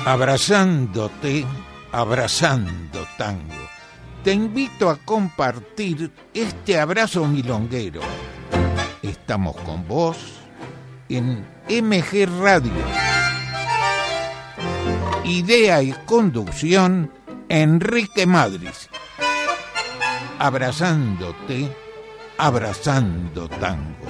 Abrazándote, abrazando tango. Te invito a compartir este abrazo milonguero. Estamos con vos en MG Radio. Idea y conducción, Enrique Madris. Abrazándote, abrazando tango.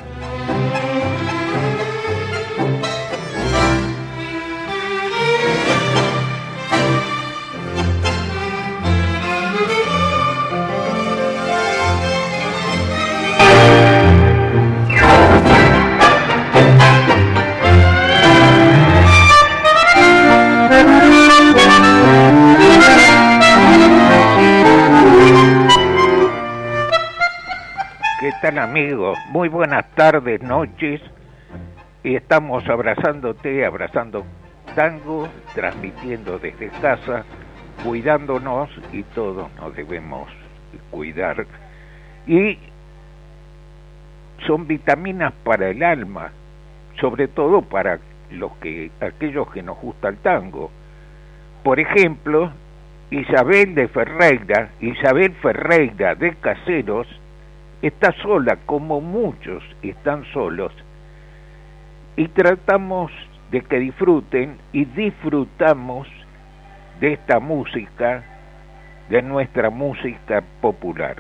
¿Qué tal, amigos? Muy buenas tardes, noches. Y estamos abrazándote, abrazando tango, transmitiendo desde casa, cuidándonos, y todos nos debemos cuidar. Y son vitaminas para el alma, sobre todo para aquellos que nos gusta el tango. Por ejemplo, Isabel Ferreira de Caseros, está sola, como muchos están solos, y tratamos de que disfruten y disfrutamos de esta música, de nuestra música popular.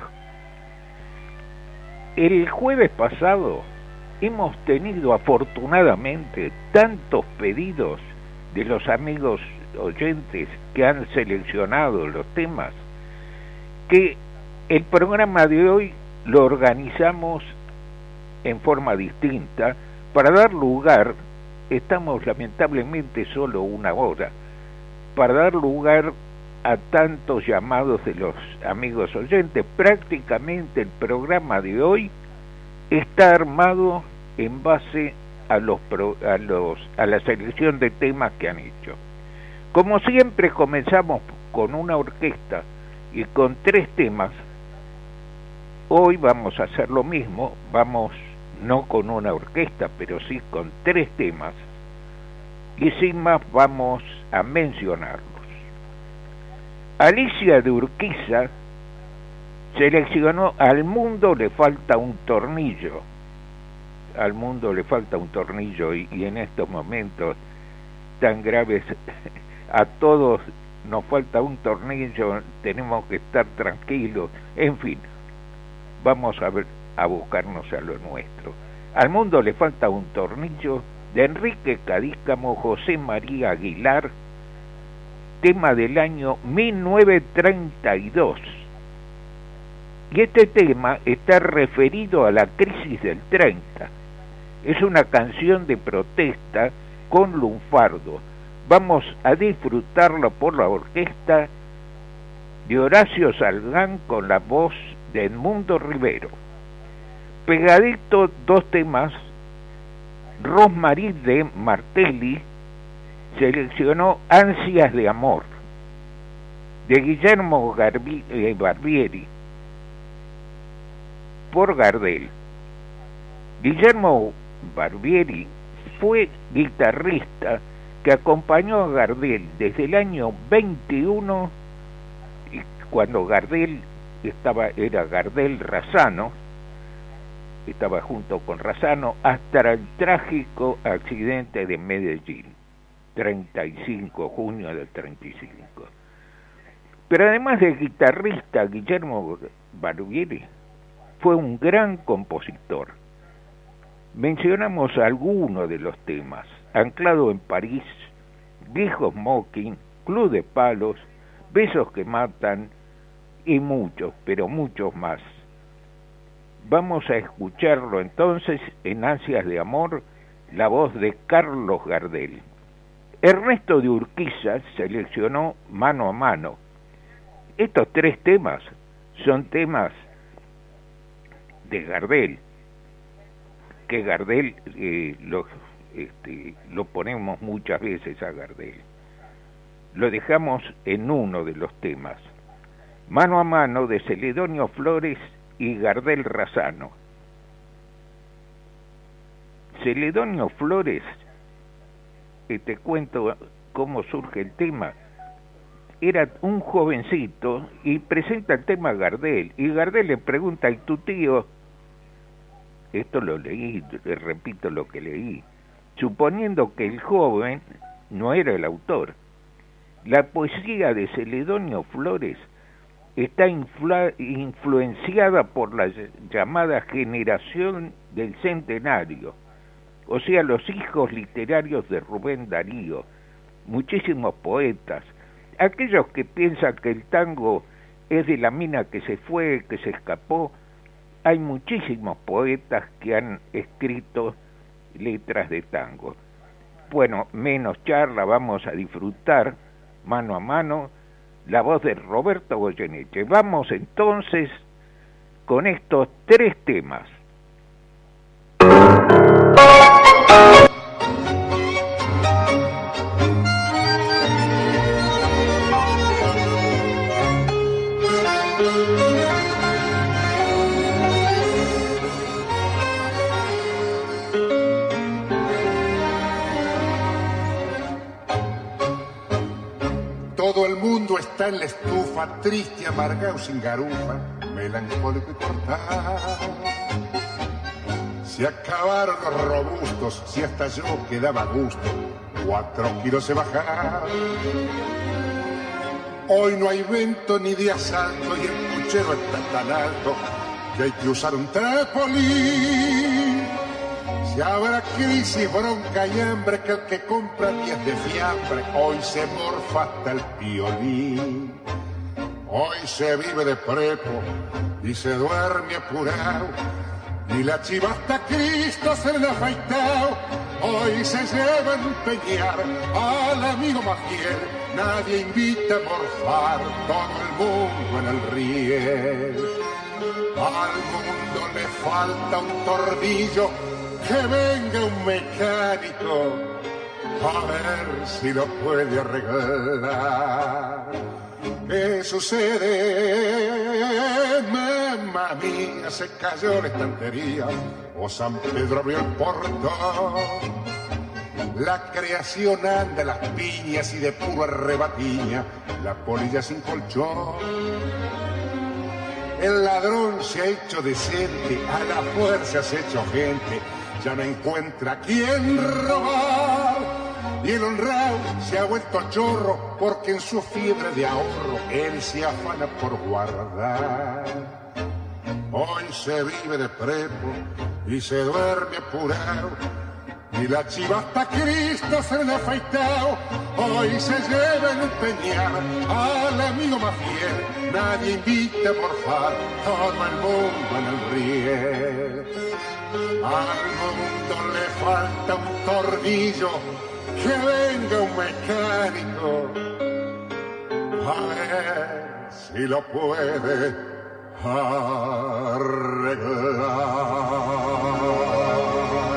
El jueves pasado hemos tenido afortunadamente tantos pedidos de los amigos oyentes que han seleccionado los temas, que el programa de hoy lo organizamos en forma distinta para dar lugar, estamos lamentablemente solo una hora, para dar lugar a tantos llamados de los amigos oyentes. Prácticamente el programa de hoy está armado en base a la selección de temas que han hecho. Como siempre, comenzamos con una orquesta y con 3 temas. Hoy vamos a hacer lo mismo, vamos no con una orquesta, pero sí con 3 temas, y sin más vamos a mencionarlos. Alicia de Urquiza seleccionó Al mundo le falta un tornillo. Al mundo le falta un tornillo, y en estos momentos tan graves a todos nos falta un tornillo, tenemos que estar tranquilos, en fin. Vamos a buscarnos a lo nuestro. Al mundo le falta un tornillo, de Enrique Cadícamo, José María Aguilar, tema del año 1932. Y este tema está referido a la crisis del 30. Es una canción de protesta con lunfardo. Vamos a disfrutarlo por la orquesta de Horacio Salgán con la voz de Edmundo Rivero. Pegadito 2 temas, Rosmarie de Martelli seleccionó Ansias de amor, de Guillermo Barbieri, por Gardel. Guillermo Barbieri fue guitarrista que acompañó a Gardel desde el año 21, y cuando Gardel era Gardel Razzano, estaba junto con Razzano hasta el trágico accidente de Medellín, 35, junio del 35. Pero además de guitarrista, Guillermo Barbieri fue un gran compositor. Mencionamos algunos de los temas: Anclado en París, Viejo Smoking, Club de Palos, Besos que matan, y muchos, pero muchos más. Vamos a escucharlo entonces en Ansias de amor, la voz de Carlos Gardel. Ernesto de Urquiza seleccionó Mano a mano. Estos 3 temas son temas de Gardel, que Gardel lo ponemos muchas veces a Gardel. Lo dejamos en uno de los temas. Mano a mano, de Celedonio Flores y Gardel Razzano. Celedonio Flores, te cuento cómo surge el tema. Era un jovencito y presenta el tema a Gardel, y Gardel le pregunta: ¿y tu tío? Esto lo leí, repito lo que leí, suponiendo que el joven no era el autor. La poesía de Celedonio Flores está influenciada por la llamada generación del centenario, o sea, los hijos literarios de Rubén Darío, muchísimos poetas, aquellos que piensan que el tango es de la mina que se fue, que se escapó. Hay muchísimos poetas que han escrito letras de tango. Bueno, menos charla, vamos a disfrutar mano a mano la voz de Roberto Goyeneche. Vamos entonces con estos 3 temas. Todo el mundo está en la estufa, triste, amargado, sin garufa, melancólico y cortado. Se acabaron los robustos, si hasta yo quedaba a gusto, 4 kilos se bajaron. Hoy no hay vento ni de asalto y el puchero está tan alto que hay que usar un trampolín. Si habrá crisis, bronca y hambre, que el que compra 10 de fiambre hoy se morfa hasta el piolín. Hoy se vive de prepo y se duerme apurado, y la chiva hasta Cristo se le ha afeitado. Hoy se lleva a empeñar al amigo más fiel, nadie invita a morfar, todo el mundo en el riel. Al mundo le falta un tornillo, que venga un mecánico a ver si lo puede arreglar. ¿Qué sucede? Mamma mía, se cayó la estantería o San Pedro abrió el portón. La creación anda las piñas y de puro arrebatiña la polilla sin colchón. El ladrón se ha hecho decente, a la fuerza se ha hecho gente, ya no encuentra quién robar. Y el honrado se ha vuelto chorro porque en su fiebre de ahorro él se afana por guardar. Hoy se vive de prepo y se duerme apurado, y la chiva hasta Cristo se le ha afeitado. Hoy se lleva en un peñar al amigo más fiel, nadie invita a morfar, todo el mundo en el riel. Al mundo le falta un tornillo, que venga un mecánico a ver si lo puede arreglar.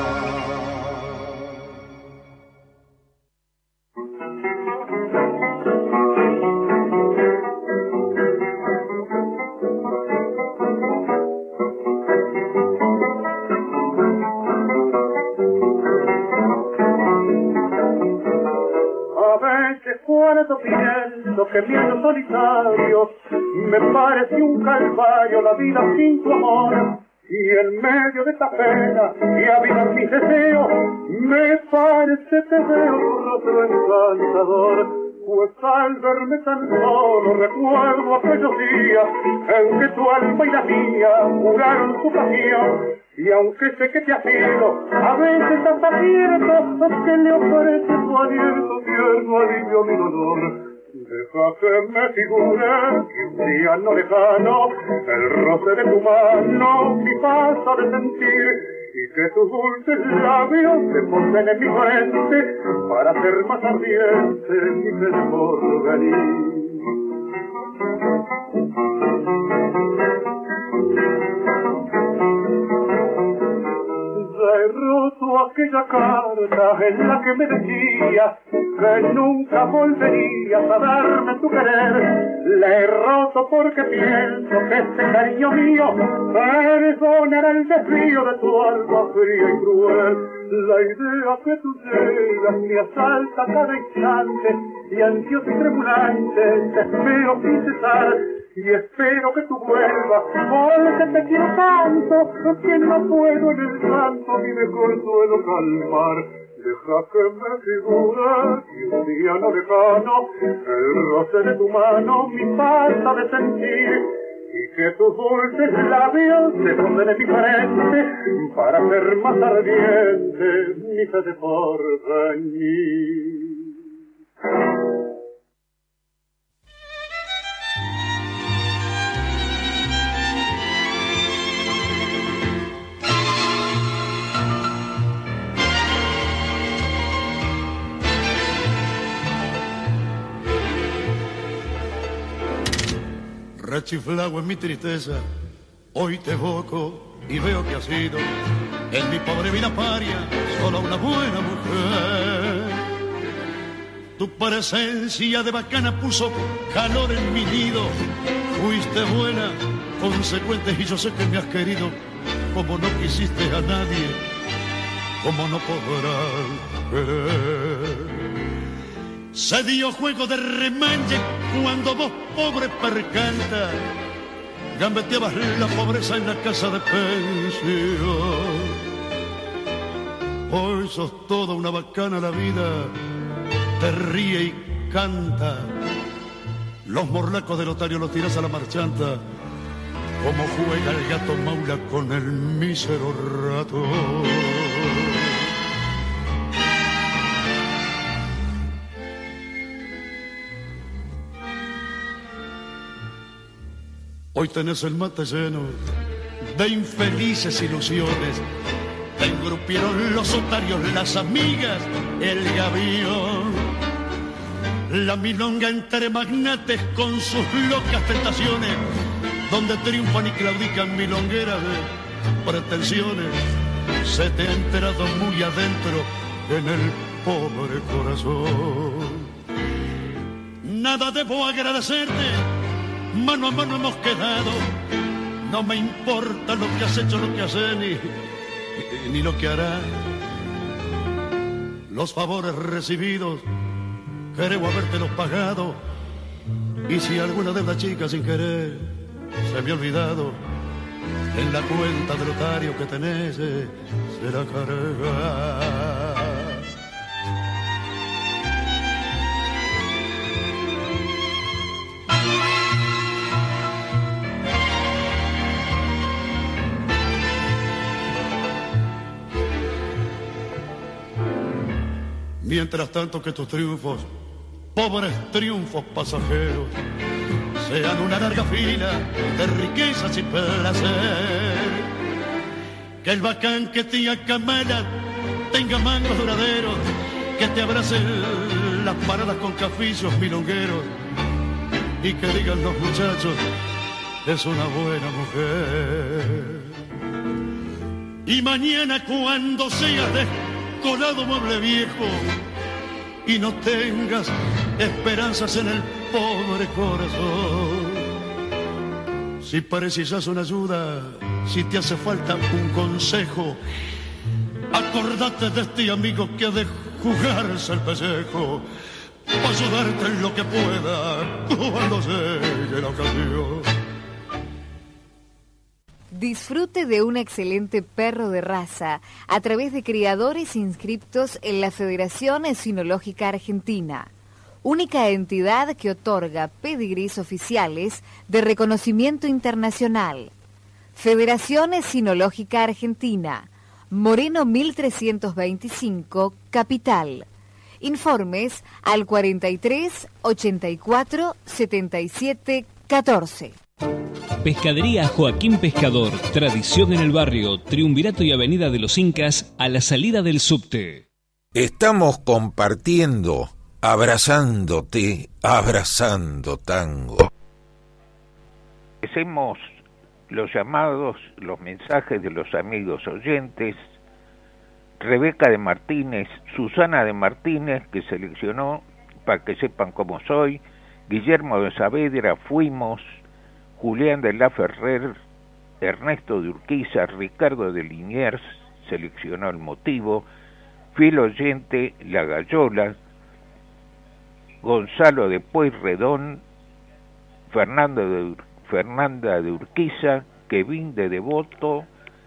Cuando pienso que viendo solitario me parece un calvario la vida sin tu amor, y en medio de esta pena y avivan mis deseos me parece te veo tu rostro encantador. Pues al verme tan solo recuerdo aquellos días en que tu alma y la mía juraron su pasión, y aunque sé que te has ido, a veces hasta cierto que le ofrece tu aliento tierno alivio a mi dolor. Deja que me figure que un día no lejano el roce de tu mano mi pasa de sentir, y que tus dulces labios se posen en mi frente para hacer más ardiente mi sed por venir. He roto aquella carta en la que me decías que nunca volverías a darme tu querer. La he roto porque pienso que este cariño mío perdonará el desvío de tu alma fría y cruel. La idea que tú llegas me asalta cada instante y ansioso y tremulante te espero sin cesar y espero que tú vuelvas porque te quiero tanto que no puedo en el llanto mi mejor duelo calmar. Deja que me figure que un día no lejano el roce de tu mano mi falta de sentir y que tus dulces labios se ponen en mi frente para hacer más ardiente mi sed de porvenir. Rechiflado en mi tristeza, hoy te evoco y veo que has sido en mi pobre vida paria solo una buena mujer. Tu presencia de bacana puso calor en mi nido, fuiste buena, consecuente y yo sé que me has querido como no quisiste a nadie, como no podrás querer. Se dio juego de remanche cuando vos, pobre percanta, gambeteabas la pobreza en la casa de pensión. Hoy sos toda una bacana, la vida te ríe y canta. Los morlacos del otario los tiras a la marchanta, como juega el gato maula con el mísero ratón. Hoy tenés el mate lleno de infelices ilusiones. Te engrupieron los otarios, las amigas, el gavión. La milonga entre magnates con sus locas tentaciones, donde triunfan y claudican milongueras de pretensiones. Se te ha enterado muy adentro en el pobre corazón. Nada debo agradecerte, mano a mano hemos quedado. No me importa lo que has hecho, lo que haces, ni lo que harás. Los favores recibidos creo habértelos pagado, y si alguna deuda chica sin querer se me ha olvidado, en la cuenta del otario que tenés será cargada. Mientras tanto que tus triunfos, pobres triunfos pasajeros, sean una larga fila de riquezas y placer. Que el bacán que te acamala tenga mangos duraderos, que te abracen las paradas con cafillos milongueros, y que digan los muchachos, es una buena mujer. Y mañana cuando seas descolado mueble viejo y no tengas esperanzas en el pobre corazón, si precisas una ayuda, si te hace falta un consejo, acordate de este amigo que ha de jugarse el pellejo para ayudarte en lo que pueda cuando llegue la ocasión. Disfrute de un excelente perro de raza a través de criadores inscriptos en la Federación Ecinológica Argentina, única entidad que otorga pedigrís oficiales de reconocimiento internacional. Federación Ecinológica Argentina, Moreno 1325, Capital. Informes al 43 84 77 14. Pescadería Joaquín Pescador, tradición en el barrio, Triunvirato y Avenida de los Incas, a la salida del subte. Estamos compartiendo, abrazándote, abrazando tango. Hacemos los llamados, los mensajes de los amigos oyentes. Rebeca de Martínez, Susana de Martínez, que seleccionó, para que sepan cómo soy, Guillermo de Saavedra, Fuimos, Julián de la Ferrer, Ernesto de Urquiza, Ricardo de Liniers, seleccionó El Motivo, fiel oyente La Gallola, Gonzalo de Pueyrredón, Fernanda de Urquiza, Kevin de Devoto.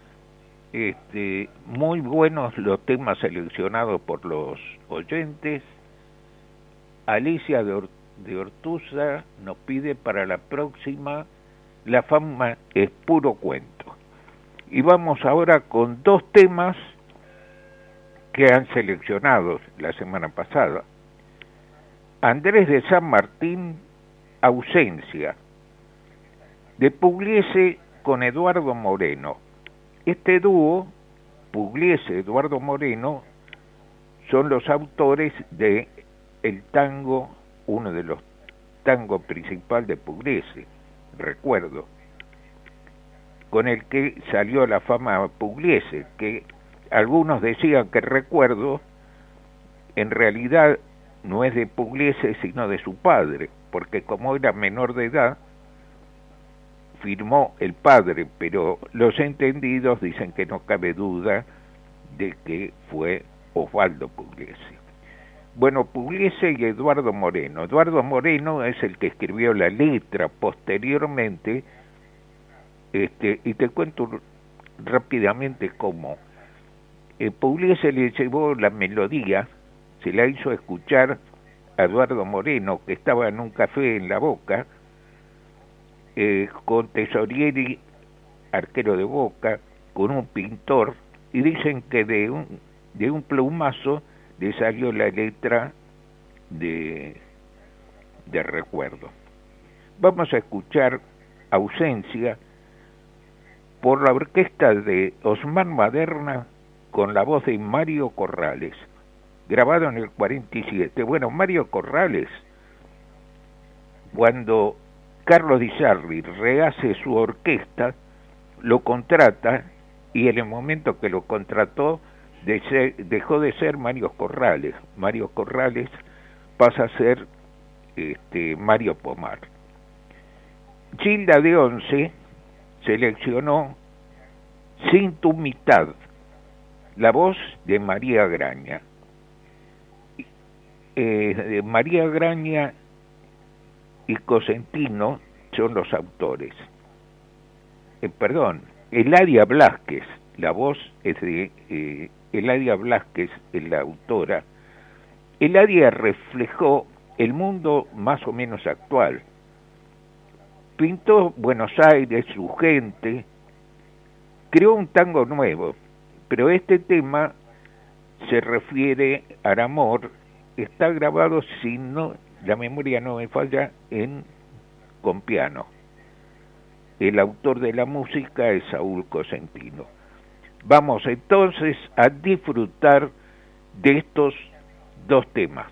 Muy buenos los temas seleccionados por los oyentes. Alicia de Ortuza nos pide para la próxima La fama es puro cuento. Y vamos ahora con dos temas que han seleccionado la semana pasada. Andrés de San Martín, Ausencia, de Pugliese con Eduardo Moreno. Este dúo, Pugliese-Eduardo Moreno, son los autores de el tango, uno de los tangos principales de Pugliese, Recuerdo, con el que salió la fama Pugliese, que algunos decían que Recuerdo en realidad no es de Pugliese sino de su padre, porque como era menor de edad firmó el padre, pero los entendidos dicen que no cabe duda de que fue Osvaldo Pugliese. Bueno, Pugliese y Eduardo Moreno. Eduardo Moreno es el que escribió la letra posteriormente, y te cuento rápidamente cómo. Pugliese le llevó la melodía, se la hizo escuchar a Eduardo Moreno, que estaba en un café en La Boca, con Tesorieri, arquero de Boca, con un pintor, y dicen que de un plumazo le salió la letra de Recuerdo. Vamos a escuchar Ausencia por la orquesta de Osmar Maderna con la voz de Mario Corrales, grabado en el 47. Bueno, Mario Corrales, cuando Carlos Di Sarli rehace su orquesta, lo contrata, y en el momento que lo contrató dejó de ser Mario Corrales. Mario Corrales pasa a ser Mario Pomar. Gilda de Once seleccionó Sin tu mitad, la voz de María Graña. María Graña y Cosentino son los autores. Eladia Blasquez, la voz es de Eladia Blasquez, es la autora. Eladia reflejó el mundo más o menos actual. Pintó Buenos Aires, su gente, creó un tango nuevo, pero este tema se refiere al amor, está grabado, si no la memoria no me falla, con piano. El autor de la música es Saúl Cosentino. Vamos entonces a disfrutar de estos dos temas.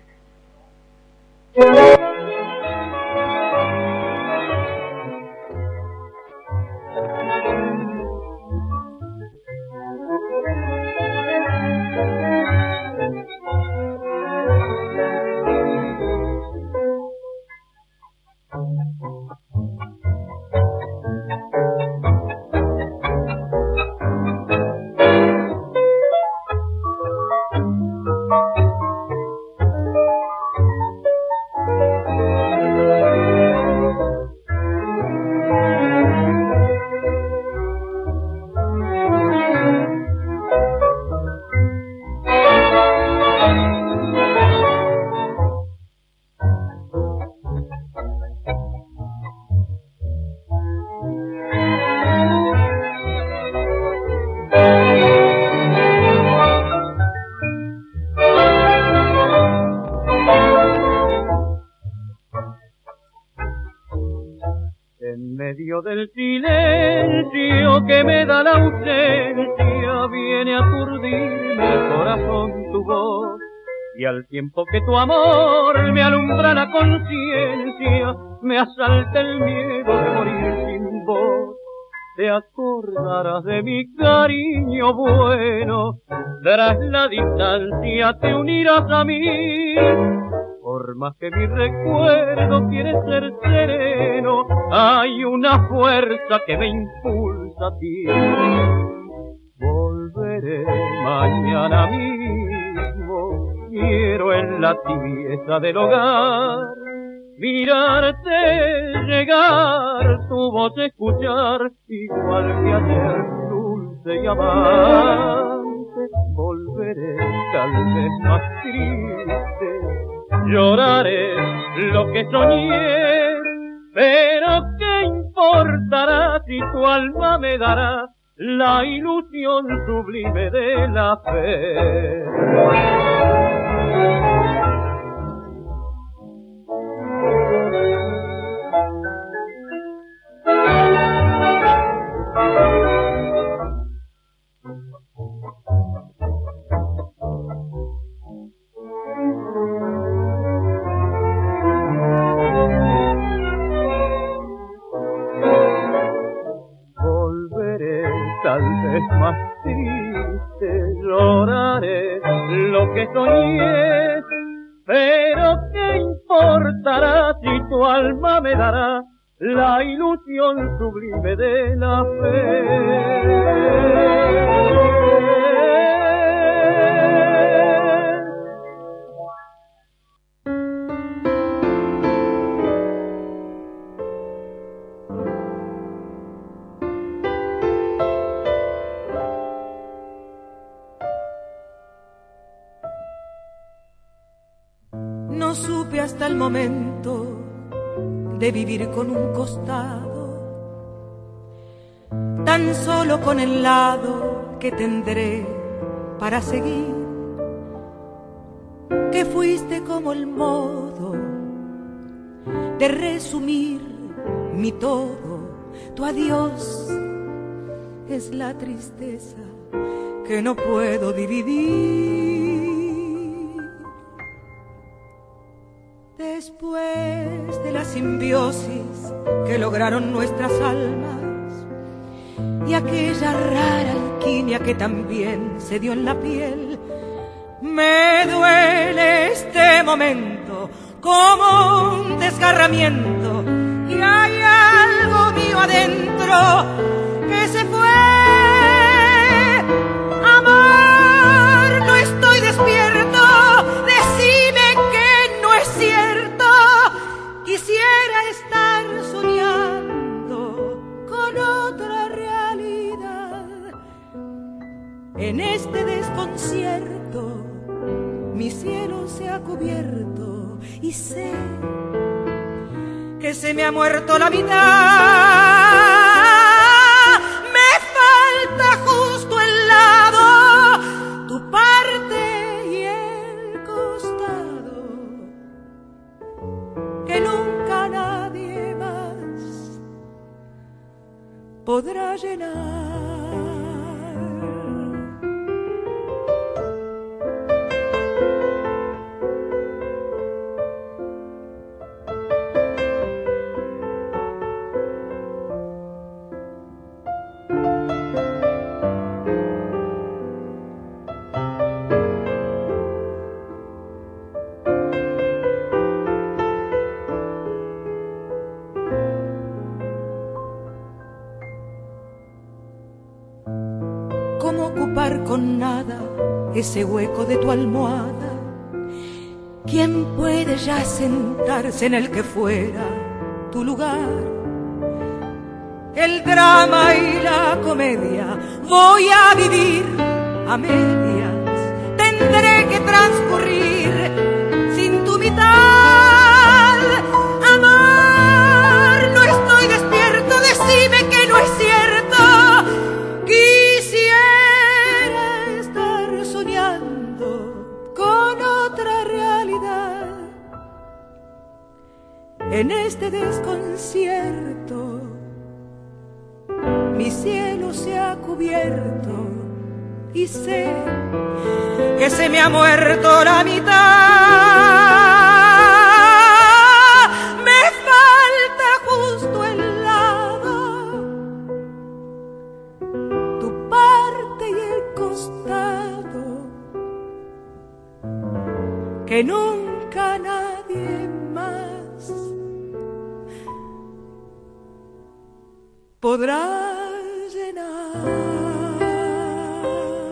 Del silencio que me da la ausencia, viene a aturdirme el corazón tu voz, y al tiempo que tu amor me alumbra la conciencia, me asalta el miedo de morir sin voz. Te acordarás de mi cariño bueno, tras la distancia te unirás a mí. Por más que mi recuerdo quiere ser sereno, hay una fuerza que me impulsa a ti. volveré mañana mismo. Quiero en la tibieza del hogar mirarte llegar, tu voz escuchar, igual que ayer, dulce y amante. Volveré tal vez más triste, lloraré lo que soñé, pero ¿qué importará si tu alma me dará la ilusión sublime de la fe? Tal vez más triste, lloraré lo que soñé, pero ¿qué importará si tu alma me dará la ilusión sublime de la fe? No supe hasta el momento de vivir con un costado, tan solo con el lado que tendré para seguir, que fuiste como el modo de resumir mi todo. Tu adiós es la tristeza que no puedo dividir. Después de la simbiosis que lograron nuestras almas y aquella rara alquimia que también se dio en la piel, me duele este momento como un desgarramiento, y hay algo mío adentro que se fue. Amor, no estoy despierto, decime que no es cierto. Quisiera estar soñando con otra realidad. En este desconcierto mi cielo se ha cubierto y sé que se me ha muerto la mitad. Me falta justo el lado, tu parte y el costado, que nunca nadie más podrá llenar. Con nada ese hueco de tu almohada. ¿Quién puede ya sentarse en el que fuera tu lugar? El drama y la comedia voy a vivir a medias. Tendré que transcurrir sin tu mitad. Amor, no estoy despierto, decime que no es cierto. En este desconcierto mi cielo se ha cubierto y sé que se me ha muerto la mitad. Me falta justo el lado, tu parte y el costado, que nunca nadie más podrá llenar.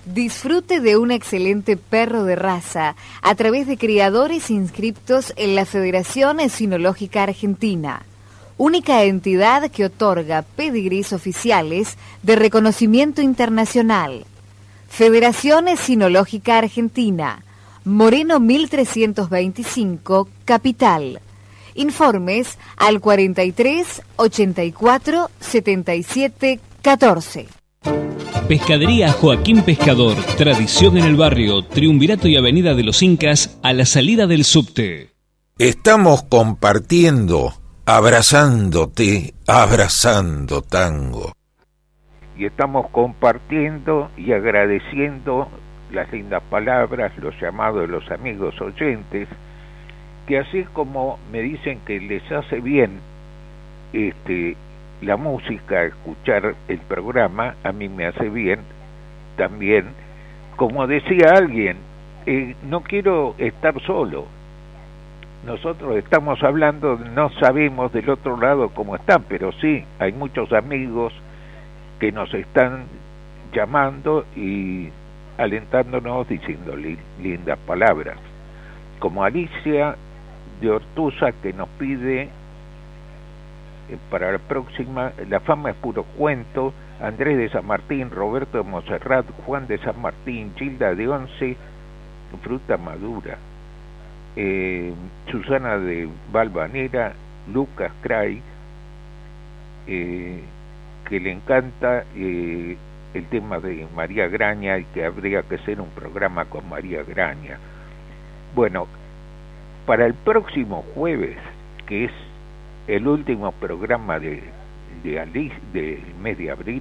Disfrute de un excelente perro de raza a través de criadores inscriptos en la Federación Ecinológica Argentina, única entidad que otorga pedigrís oficiales de reconocimiento internacional. Federación Ecinológica Argentina, Moreno 1325, Capital. Informes al 43 84 77 14. Pescadería Joaquín Pescador, tradición en el barrio, Triunvirato y Avenida de los Incas, a la salida del subte. Estamos compartiendo, abrazándote, abrazando tango. Y estamos compartiendo y agradeciendo las lindas palabras, los llamados de los amigos oyentes, que así como me dicen que les hace bien la música, escuchar el programa, a mí me hace bien también. Como decía alguien, no quiero estar solo. Nosotros estamos hablando, no sabemos del otro lado cómo están, pero sí, hay muchos amigos que nos están llamando y alentándonos, diciendo lindas palabras, como Alicia de Ortuza, que nos pide para la próxima La fama es puro cuento, Andrés de San Martín, Roberto de Monserrat, Juan de San Martín, Gilda de Once, Fruta Madura, Susana de Valvanera, Lucas Cray, que le encanta el tema de María Graña y que habría que hacer un programa con María Graña. Bueno, para el próximo jueves, que es el último programa del mes de abril,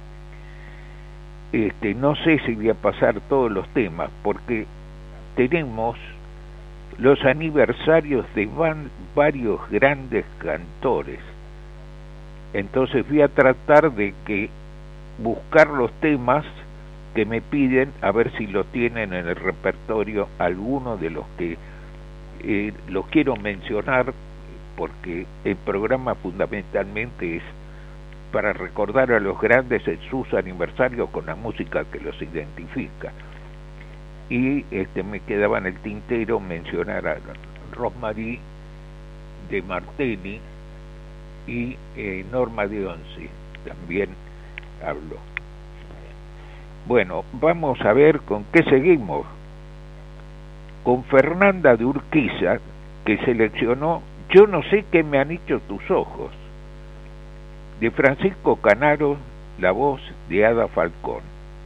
no sé si voy a pasar todos los temas, porque tenemos los aniversarios de varios grandes cantores. Entonces voy a tratar de buscar los temas que me piden, a ver si lo tienen en el repertorio, algunos de los que los quiero mencionar, porque el programa fundamentalmente es para recordar a los grandes en sus aniversarios con la música que los identifica. Y me quedaba en el tintero mencionar a Rosmarie de Martelli y Norma de Once, también hablo. Bueno, vamos a ver con qué seguimos. Con Fernanda de Urquiza, que seleccionó Yo no sé qué me han hecho tus ojos, de Francisco Canaro, la voz de Ada Falcón.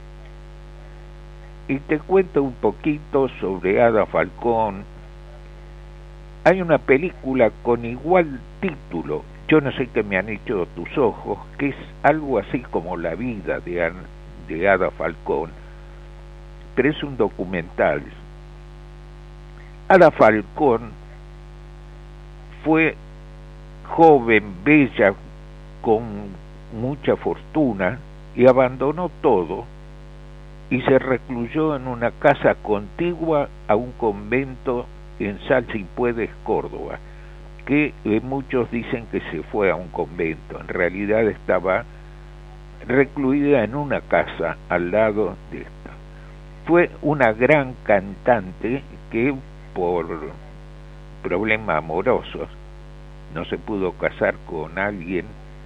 Y te cuento un poquito sobre Ada Falcón. Hay una película con igual título, Yo no sé qué me han hecho tus ojos, que es algo así como la vida de Ada Falcón, pero es un documental. Ada Falcón fue joven, bella, con mucha fortuna, y abandonó todo y se recluyó en una casa contigua a un convento en Salsipuedes, Córdoba, que muchos dicen que se fue a un convento. En realidad estaba recluida en una casa al lado de esta. Fue una gran cantante que por problemas amorosos no se pudo casar con alguien,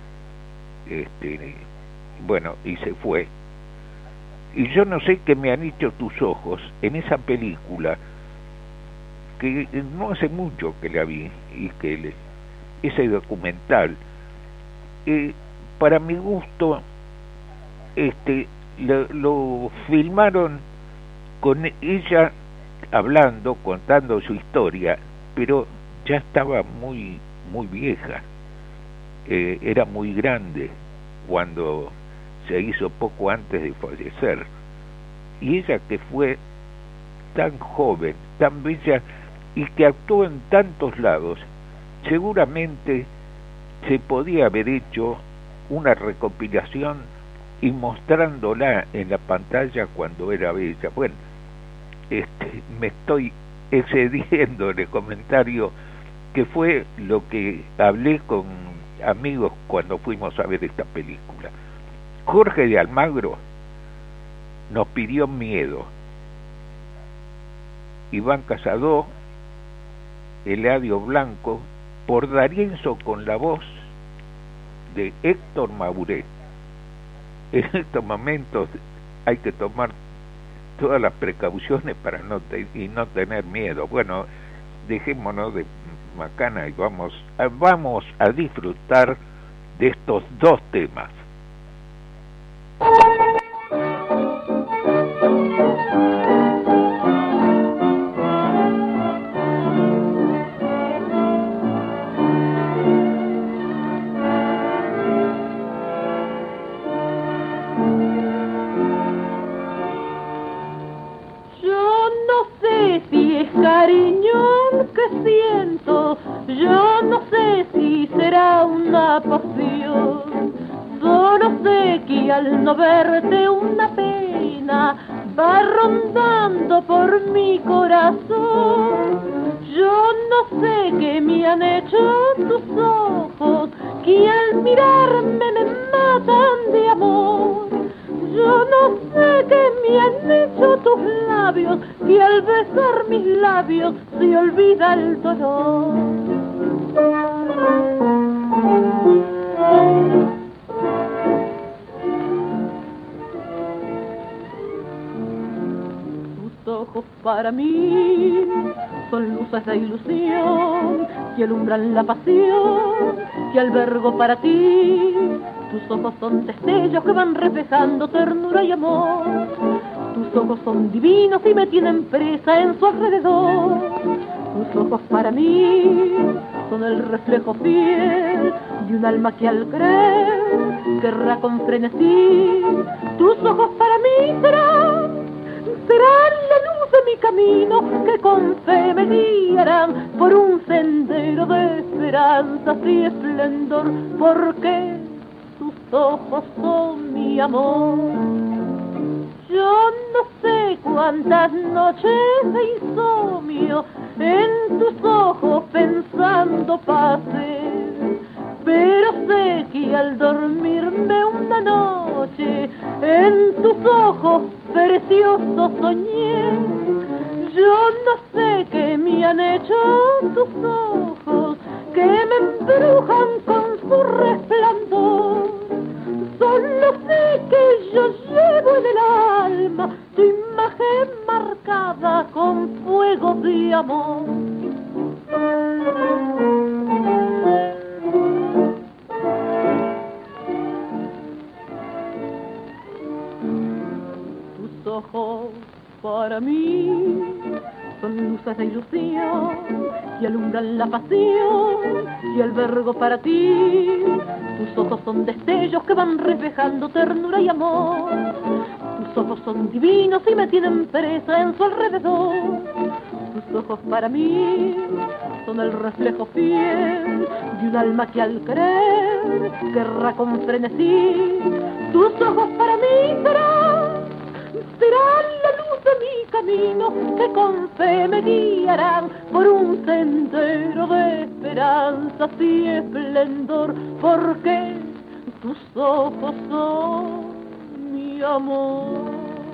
bueno, y se fue. Y yo no sé qué me han hecho tus ojos en esa película, que no hace mucho que la vi, y que ese documental, para mi gusto, lo filmaron con ella hablando, contando su historia, pero ya estaba muy vieja, era muy grande cuando se hizo, poco antes de fallecer, y ella, que fue tan joven, tan bella, y que actuó en tantos lados, seguramente se podía haber hecho una recopilación y mostrándola en la pantalla cuando era bella. Bueno, me estoy excediendo en el comentario, que fue lo que hablé con amigos cuando fuimos a ver esta película. Jorge de Almagro nos pidió Miedo. Iván Casado, Eladio Blanco, por D'Arienzo con la voz de Héctor Mauré. En estos momentos hay que tomar todas las precauciones para no tener miedo. Bueno, dejémonos de macana y vamos a disfrutar de estos dos temas. Siento, yo no sé si será una pasión, solo sé que al no verte una pena va rondando por mi corazón. Yo no sé qué me han hecho tus ojos, que al mirarme me matan de amor. Yo no sé qué me han hecho tus labios, que al besar mis labios se olvida el dolor. Tus ojos para mí son luces de ilusión que alumbran la pasión que albergo para ti. Tus ojos son destellos que van reflejando ternura y amor. Tus ojos son divinos y me tienen presa en su alrededor. Tus ojos para mí son el reflejo fiel de un alma que al creer querrá con frenesí. Tus ojos para mí serán la luz de mi camino, que con fe me guiarán por un sendero de esperanzas y esplendor, porque tus ojos son mi amor. Yo no sé cuántas noches de insomnio en tus ojos pensando pasé, pero sé que al dormirme una noche en tus ojos preciosos soñé. Yo no sé qué me han hecho tus ojos, que me embrujan con su resplandor. Solo sé que yo llevo en el alma tu imagen marcada con fuego de amor. Tus ojos para mí son luces de ilusión que alumbran la pasión y albergo para ti. Tus ojos son destellos que van reflejando ternura y amor. Tus ojos son divinos y me tienen presa en su alrededor. Tus ojos para mí son el reflejo fiel de un alma que al querer querrá con frenesí. Tus ojos para mí serán la luz de mi camino, que con fe me guiarán por un sendero de esperanzas y esplendor, porque tus ojos son mi amor.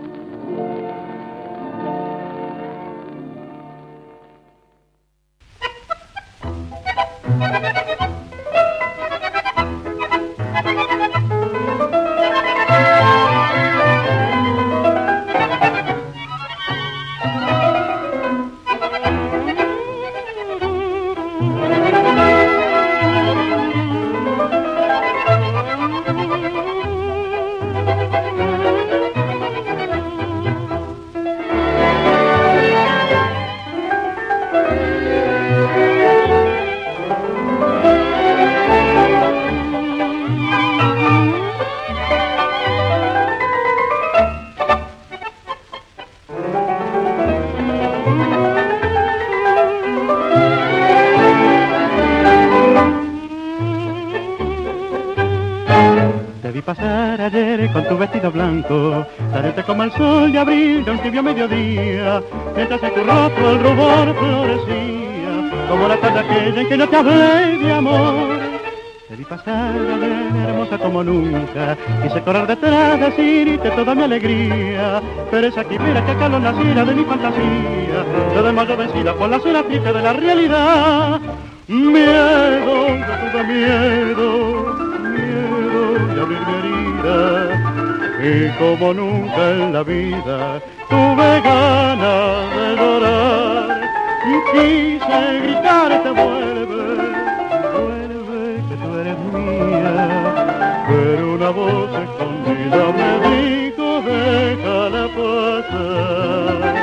Pasar ayer con tu vestido blanco, salirte como el sol de abril de un tibio mediodía, mientras en tu rostro el rubor florecía, como la tarde aquella en que no te hablé de amor. Te vi pasar hermosa como nunca, quise correr detrás, decirte toda mi alegría, pero esa quimera que acá lo naciera de mi fantasía, yo desmayo vencida por la sola triste de la realidad. Miedo, yo tuve miedo de abrir mi herida, y como nunca en la vida tuve ganas de llorar, y quise gritar, te vuelve, que tú eres mía, pero una voz escondida me dijo, déjala pasar.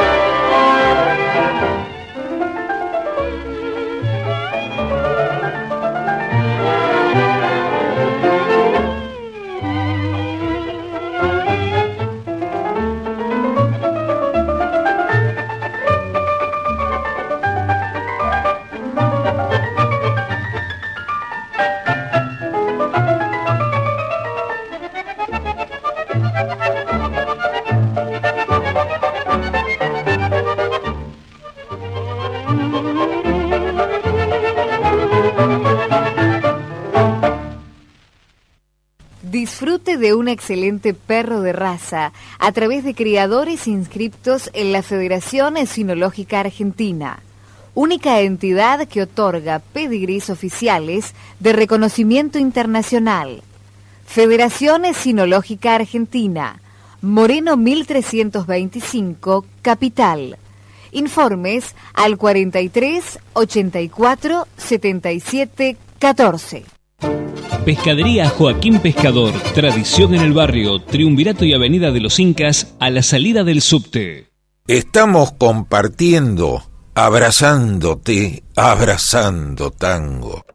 Disfrute de un excelente perro de raza a través de criadores inscriptos en la Federación Ecinológica Argentina, única entidad que otorga pedigrís oficiales de reconocimiento internacional. Federación Ecinológica Argentina, Moreno 1325, Capital. Informes al 43 84 77 14. Pescadería Joaquín Pescador, tradición en el barrio, Triunvirato y Avenida de los Incas, a la salida del subte. Estamos compartiendo, abrazándote, abrazando tango.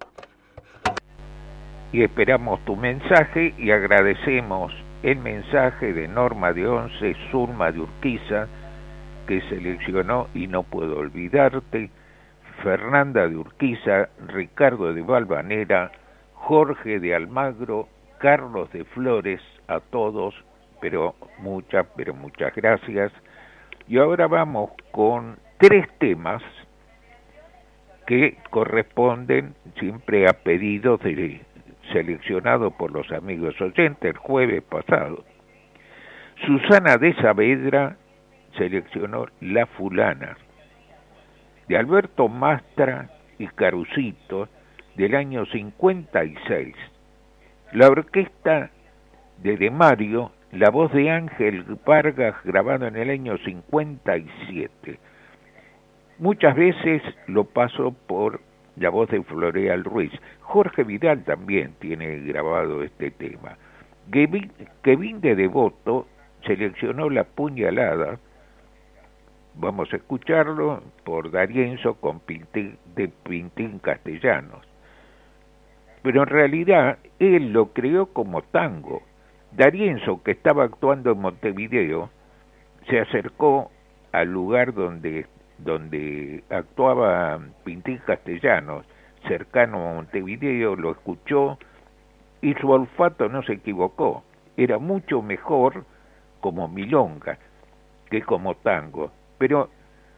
Y esperamos tu mensaje y agradecemos el mensaje de Norma de Once, Zulma de Urquiza, que seleccionó Y no puedo olvidarte, Fernanda de Urquiza, Ricardo de Valvanera, Jorge de Almagro, Carlos de Flores, a todos, pero muchas gracias. Y ahora vamos con 3 temas que corresponden siempre a pedidos seleccionados por los amigos oyentes el jueves pasado. Susana de Saavedra seleccionó La Fulana, de Alberto Mastra y Carucito, del año 56. La orquesta de Mario, la voz de Ángel Vargas, grabado en el año 57. Muchas veces lo pasó por la voz de Floreal Ruiz. Jorge Vidal también tiene grabado este tema. Kevin de Devoto seleccionó La Puñalada. Vamos a escucharlo por D'Arienzo con Pintín Castellanos. Pero en realidad él lo creó como tango. D'Arienzo, que estaba actuando en Montevideo, se acercó al lugar donde actuaba Pintín Castellanos, cercano a Montevideo, lo escuchó y su olfato no se equivocó. Era mucho mejor como milonga que como tango. Pero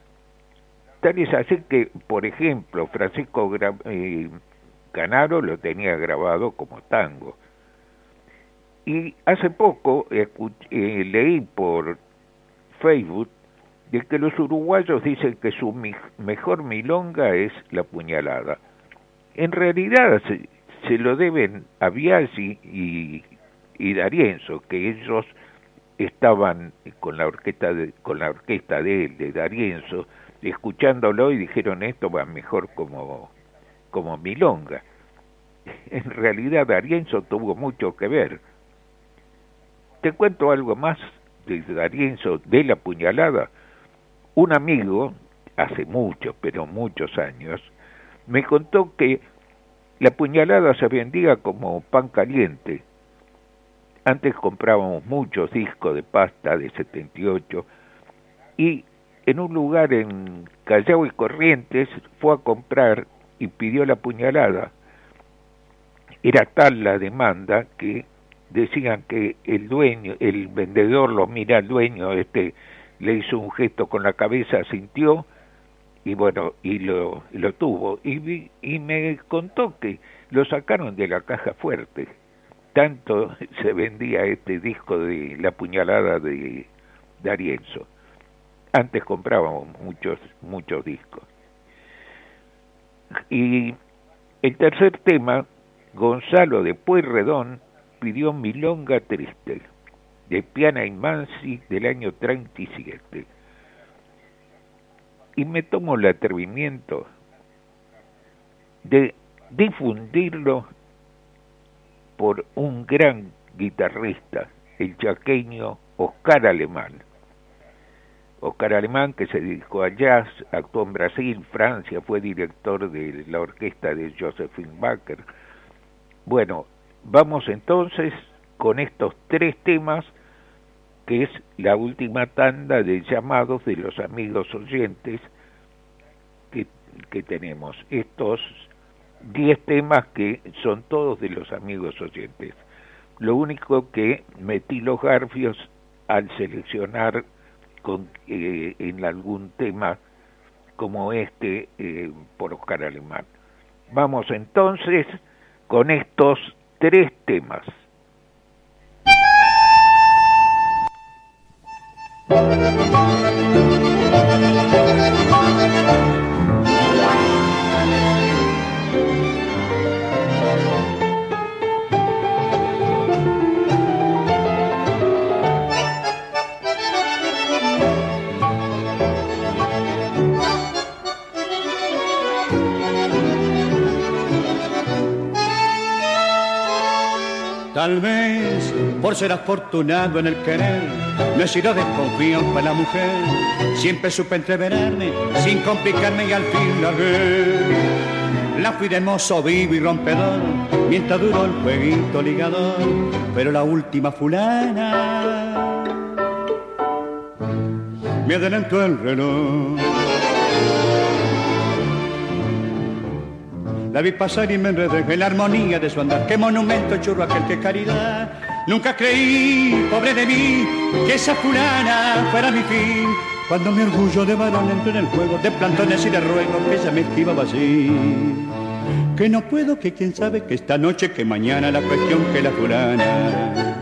tal es así que, por ejemplo, Francisco Canaro lo tenía grabado como tango. Y hace poco leí por Facebook de que los uruguayos dicen que su mejor milonga es La Puñalada. En realidad se lo deben a Biaggi y D'Arienzo, que ellos estaban con la orquesta de él, de D'Arienzo, escuchándolo y dijeron esto va mejor como milonga. En realidad D'Arienzo tuvo mucho que ver. Te cuento algo más de D'Arienzo, de La Puñalada. Un amigo, hace muchos años, me contó que La Puñalada se vendía como pan caliente. Antes comprábamos muchos discos de pasta de 78 y en un lugar en Callao y Corrientes fue a comprar y pidió La Puñalada. Era tal la demanda que decían que el vendedor lo mira al dueño, le hizo un gesto con la cabeza, sintió y bueno, y lo tuvo. Y me contó que lo sacaron de la caja fuerte. Tanto se vendía este disco de La Puñalada de D'Arienzo. Antes comprábamos muchos discos. Y el tercer tema, Gonzalo de Pueyrredón pidió Milonga Triste, de Piana y Mansi del año 37. Y me tomo el atrevimiento de difundirlo por un gran guitarrista, el chaqueño Oscar Alemán. Oscar Alemán, que se dedicó al jazz, actuó en Brasil, Francia, fue director de la orquesta de Josephine Baker. Bueno, vamos entonces con estos 3 temas, que es la última tanda de llamados de los amigos oyentes que tenemos. Estos 10 temas que son todos de los amigos oyentes. Lo único que metí los garfios al seleccionar en algún tema como este por Oscar Alemán. Vamos entonces con estos 3 temas. Tal vez por ser afortunado en el querer, no he sido desconfiado para la mujer. Siempre supe entreverarme sin complicarme y al fin la vi. La fui de mozo vivo y rompedor, mientras duró el jueguito ligador. Pero la última fulana me adelantó el reloj. La vi pasar y me enredé en la armonía de su andar. Qué monumento churro aquel, qué caridad. Nunca creí, pobre de mí, que esa fulana fuera mi fin. Cuando mi orgullo de varón entró en el juego de plantones y de ruegos, que ella me esquivaba así. Que no puedo, que quién sabe, que esta noche, que mañana, la cuestión que la fulana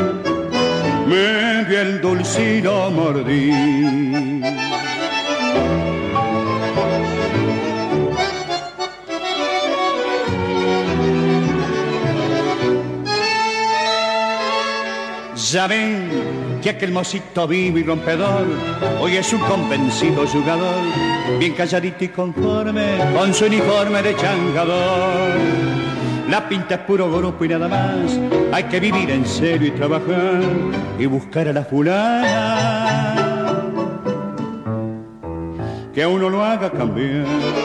me dio el dulcino mordí. Ya ven que aquel mocito vivo y rompedor hoy es un convencido jugador, bien calladito y conforme con su uniforme de changador. La pinta es puro grupo y nada más, hay que vivir en serio y trabajar y buscar a la fulana que a uno lo haga cambiar.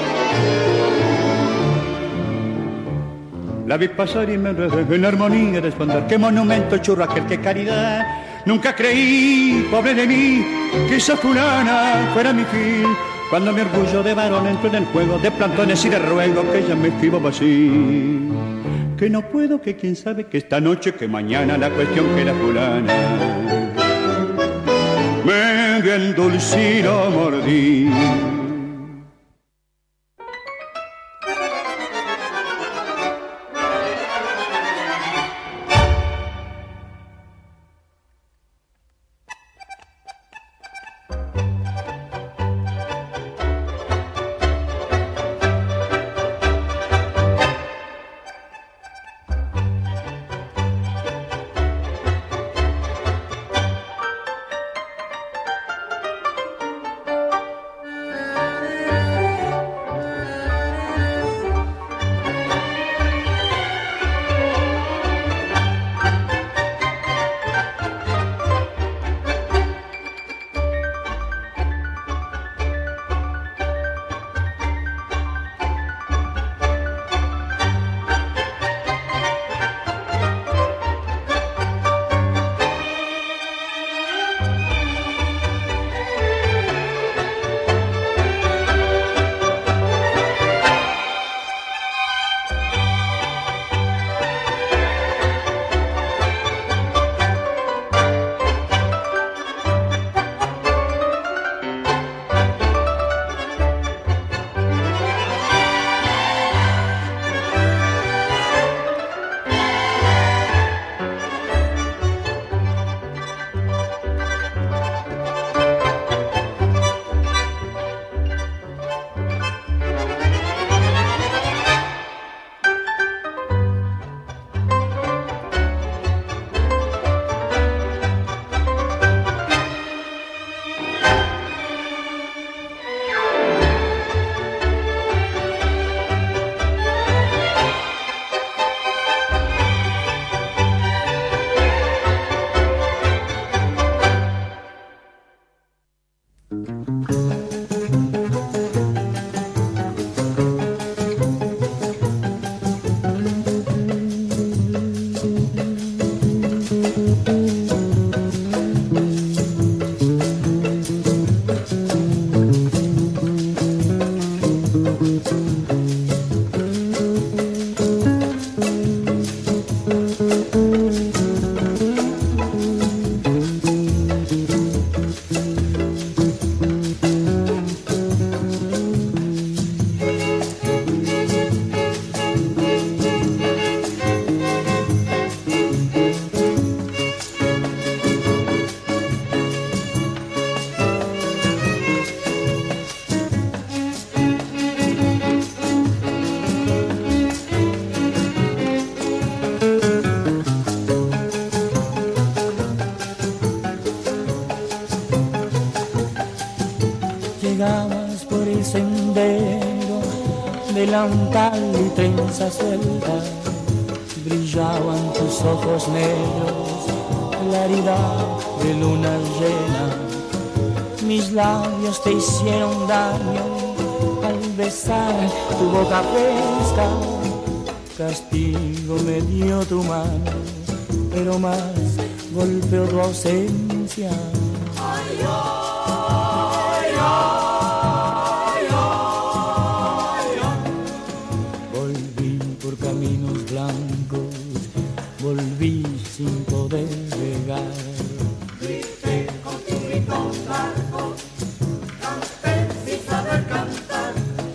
La vi pasar y me enredé en la armonía de su andar. Qué monumento churro aquel, qué caridad. Nunca creí, pobre de mí, que esa fulana fuera mi fin. Cuando mi orgullo de varón entró en el juego de plantones y de ruegos, que ella me esquivaba así. Que no puedo, que quién sabe, que esta noche, que mañana, la cuestión que la fulana me dio el dulcino mordí. sendero, delantal y trenza suelta, brillaban tus ojos negros, claridad de luna llena. Mis labios te hicieron daño al besar tu boca fresca. Castigo me dio tu mano, pero más golpeó tu ausencia. Ay, ay, ay, ay, ay. Volví por caminos blancos, volví sin poder llegar. Grité con tu grito largo, canté sin saber cantar.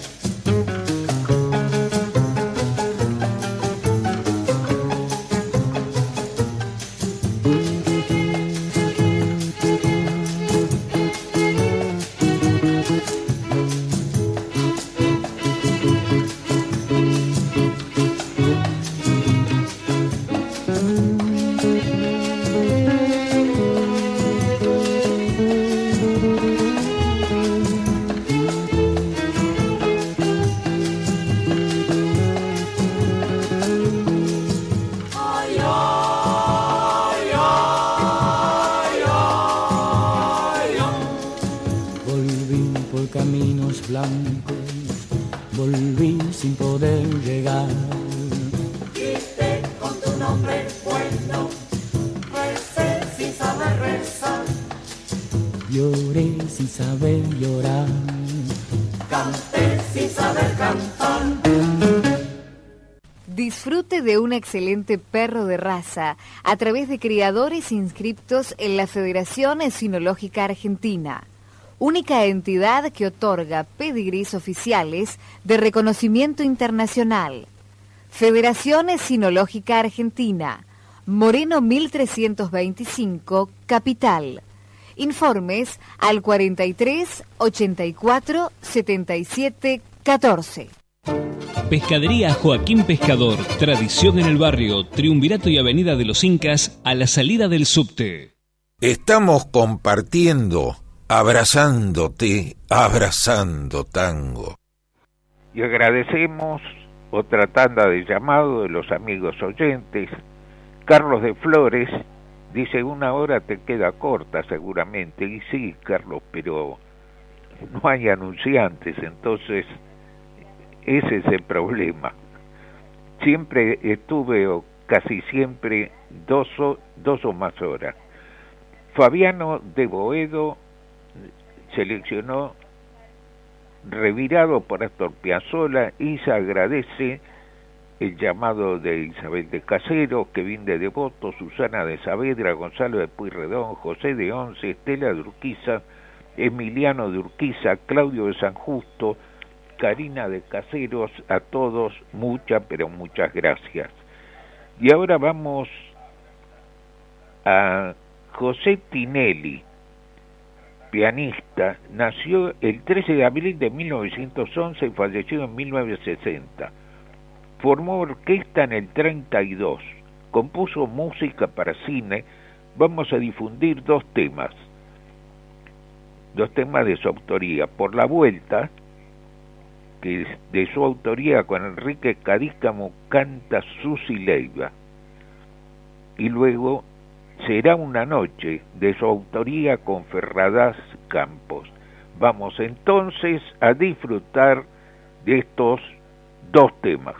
Disfrute de un excelente perro de raza a través de criadores inscriptos en la Federación Ecinológica Argentina, única entidad que otorga pedigrís oficiales de reconocimiento internacional. Federación Ecinológica Argentina, Moreno 1325, Capital. Informes al 43 84 77 14. Pescadería Joaquín Pescador, tradición en el barrio, Triunvirato y Avenida de los Incas, a la salida del subte. Estamos compartiendo, abrazándote, abrazando tango. Y agradecemos otra tanda de llamado de los amigos oyentes. Carlos de Flores dice: 1 hora te queda corta seguramente. Y sí, Carlos, pero no hay anunciantes, entonces ese es el problema. Siempre estuve, o casi siempre, dos o más horas. Fabiano de Boedo seleccionó Revirado por Astor Piazzolla y se agradece el llamado de Isabel de Casero, Kevin de Devoto, Susana de Saavedra, Gonzalo de Pueyrredón, José de Once, Estela de Urquiza, Emiliano de Urquiza, Claudio de San Justo, Karina de Caseros. A todos muchas, pero muchas gracias. Y ahora vamos a José Tinelli, pianista. Nació el 13 de abril de 1911 y falleció en 1960. Formó orquesta en el 32. Compuso música para cine. Vamos a difundir dos temas de su autoría. Por la Vuelta, que es de su autoría con Enrique Cadícamo, canta Susi Leiva. Y luego Será una noche, de su autoría con Ferradas Campos. Vamos entonces a disfrutar de estos dos temas.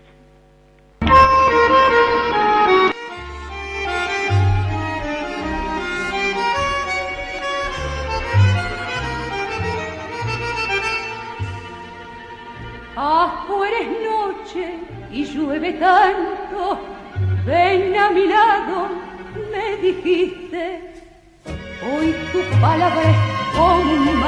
Afuera es noche y llueve tanto, ven a mi lado, me dijiste. Hoy tu palabra es como un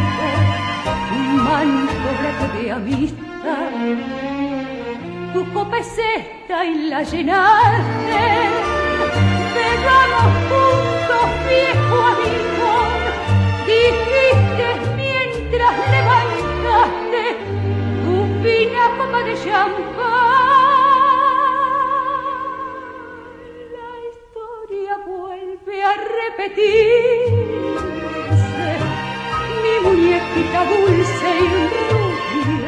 manto blanco de amistad. Tu copa es esta y la llenaste, bebamos juntos, viejo amigo, dijiste mientras levantaste tu fina copa de champán. La historia vuelve a repetirse, mi muñequita dulce y rubia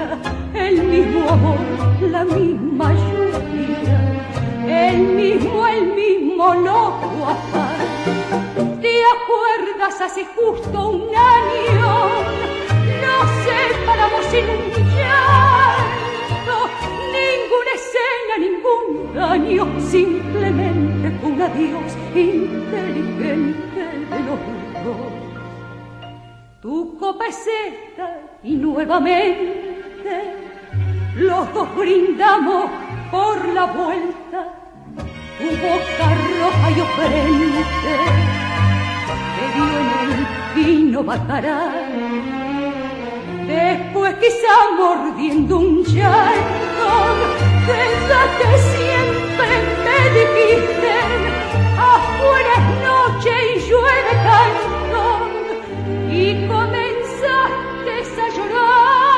mismo amor, la misma lluvia, el mismo loco afán. ¿Te acuerdas hace justo un año? Nos separamos sin un llanto, ninguna escena, ningún daño, simplemente fue un adiós inteligente de los dos. Tu copa es esta y nuevamente los dos brindamos por la vuelta. Tu boca roja y ofrente te dio en el vino bacará. Después quizá mordiendo un llanto del que siempre me dijiste, afuera es noche y llueve tanto, y comenzaste a llorar.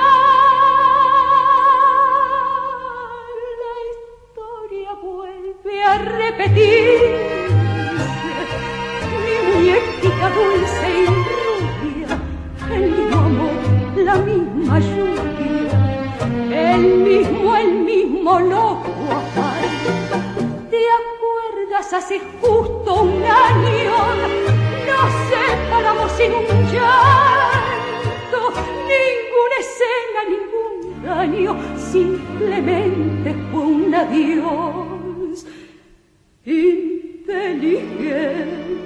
La historia vuelve a repetirse, mi muñequita dulce y rubia, el mismo amor, la misma lluvia, el mismo loco afán. ¿Te acuerdas hace justo un año? Nos separamos sin un llanto, ninguna escena, ningún daño, simplemente fue un adiós inteligente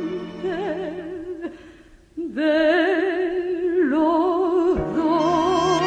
de los dos.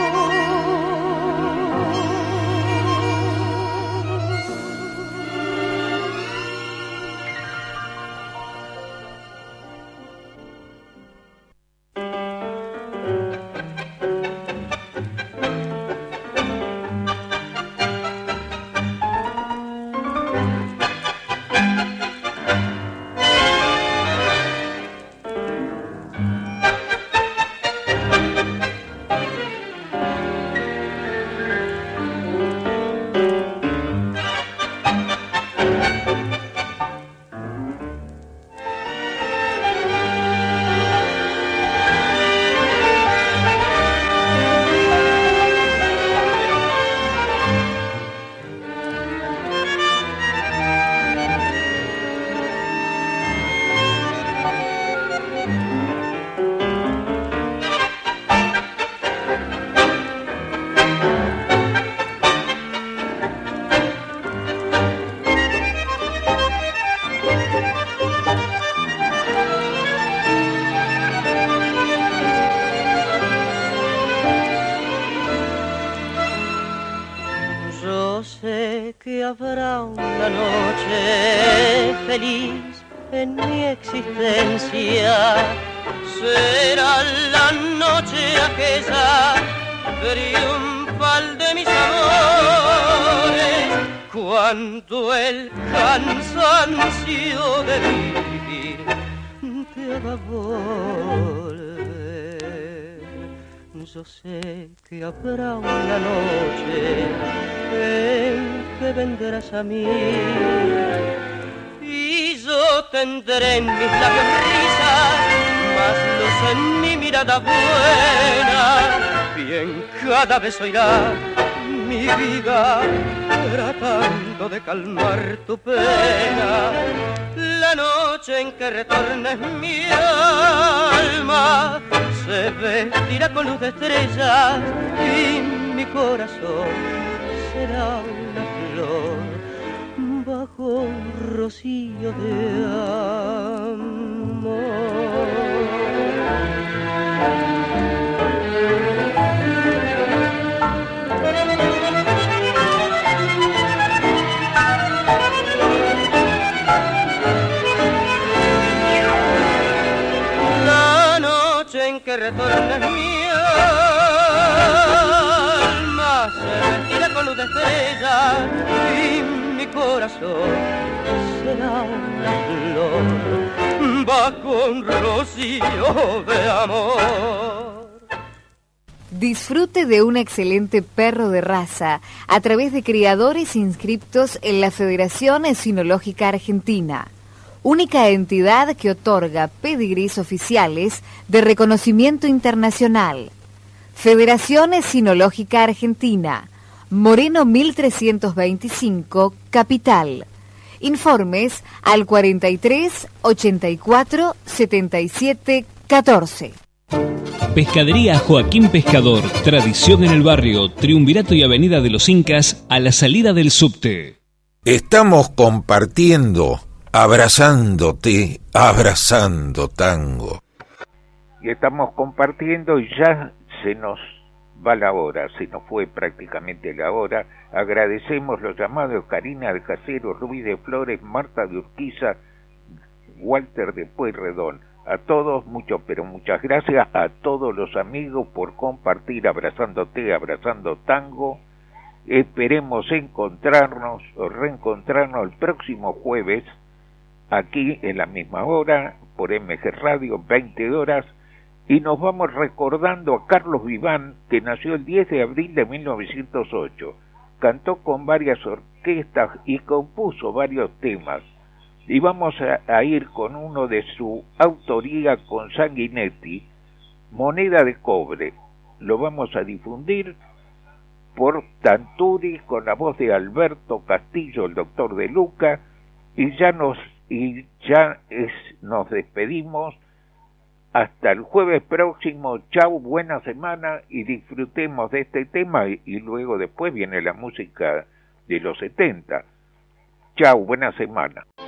Habrá una noche feliz en mi existencia, será la noche aquella triunfal de mis amores, cuando el cansancio de vivir te haga volver. Yo sé que habrá una noche en que vendrás a mí y yo tendré en mis labios risas, más luz en mi mirada buena, y en cada beso irá mi vida tratando de calmar tu pena. La noche en que retornes mi alma se vestirá con luz de estrellas y mi corazón será una flor bajo un rocío de amor. La noche en que retornes mi alma se vestirá con luz de estrellas y mi corazón será una flor bajo un rocío de amor. Disfrute de un excelente perro de raza a través de criadores inscriptos en la Federación Ecinológica Argentina, única entidad que otorga pedigrís oficiales de reconocimiento internacional. Federación Ecinológica Argentina, Moreno 1325, Capital. Informes al 43 84 77 14. Pescadería Joaquín Pescador, tradición en el barrio, Triunvirato y Avenida de los Incas, a la salida del subte. Estamos compartiendo, abrazándote, abrazando tango. Y estamos compartiendo y ya se nos va la hora, se nos fue prácticamente la hora. Agradecemos los llamados Karina de Casero, Rubí de Flores, Marta de Urquiza, Walter de Pueyrredón. A todos, pero muchas gracias a todos los amigos por compartir Abrazándote, Abrazando Tango. Esperemos encontrarnos o reencontrarnos el próximo jueves, aquí en la misma hora, por MG Radio, 20 horas, y nos vamos recordando a Carlos Vivan, que nació el 10 de abril de 1908. Cantó con varias orquestas y compuso varios temas. Y vamos a ir con uno de su autoría con Sanguinetti, Moneda de Cobre. Lo vamos a difundir por Tanturi con la voz de Alberto Castillo, el doctor de Luca, y nos despedimos hasta el jueves próximo. Chau, buena semana y disfrutemos de este tema y luego después viene la música de los 70. Chau, buena semana.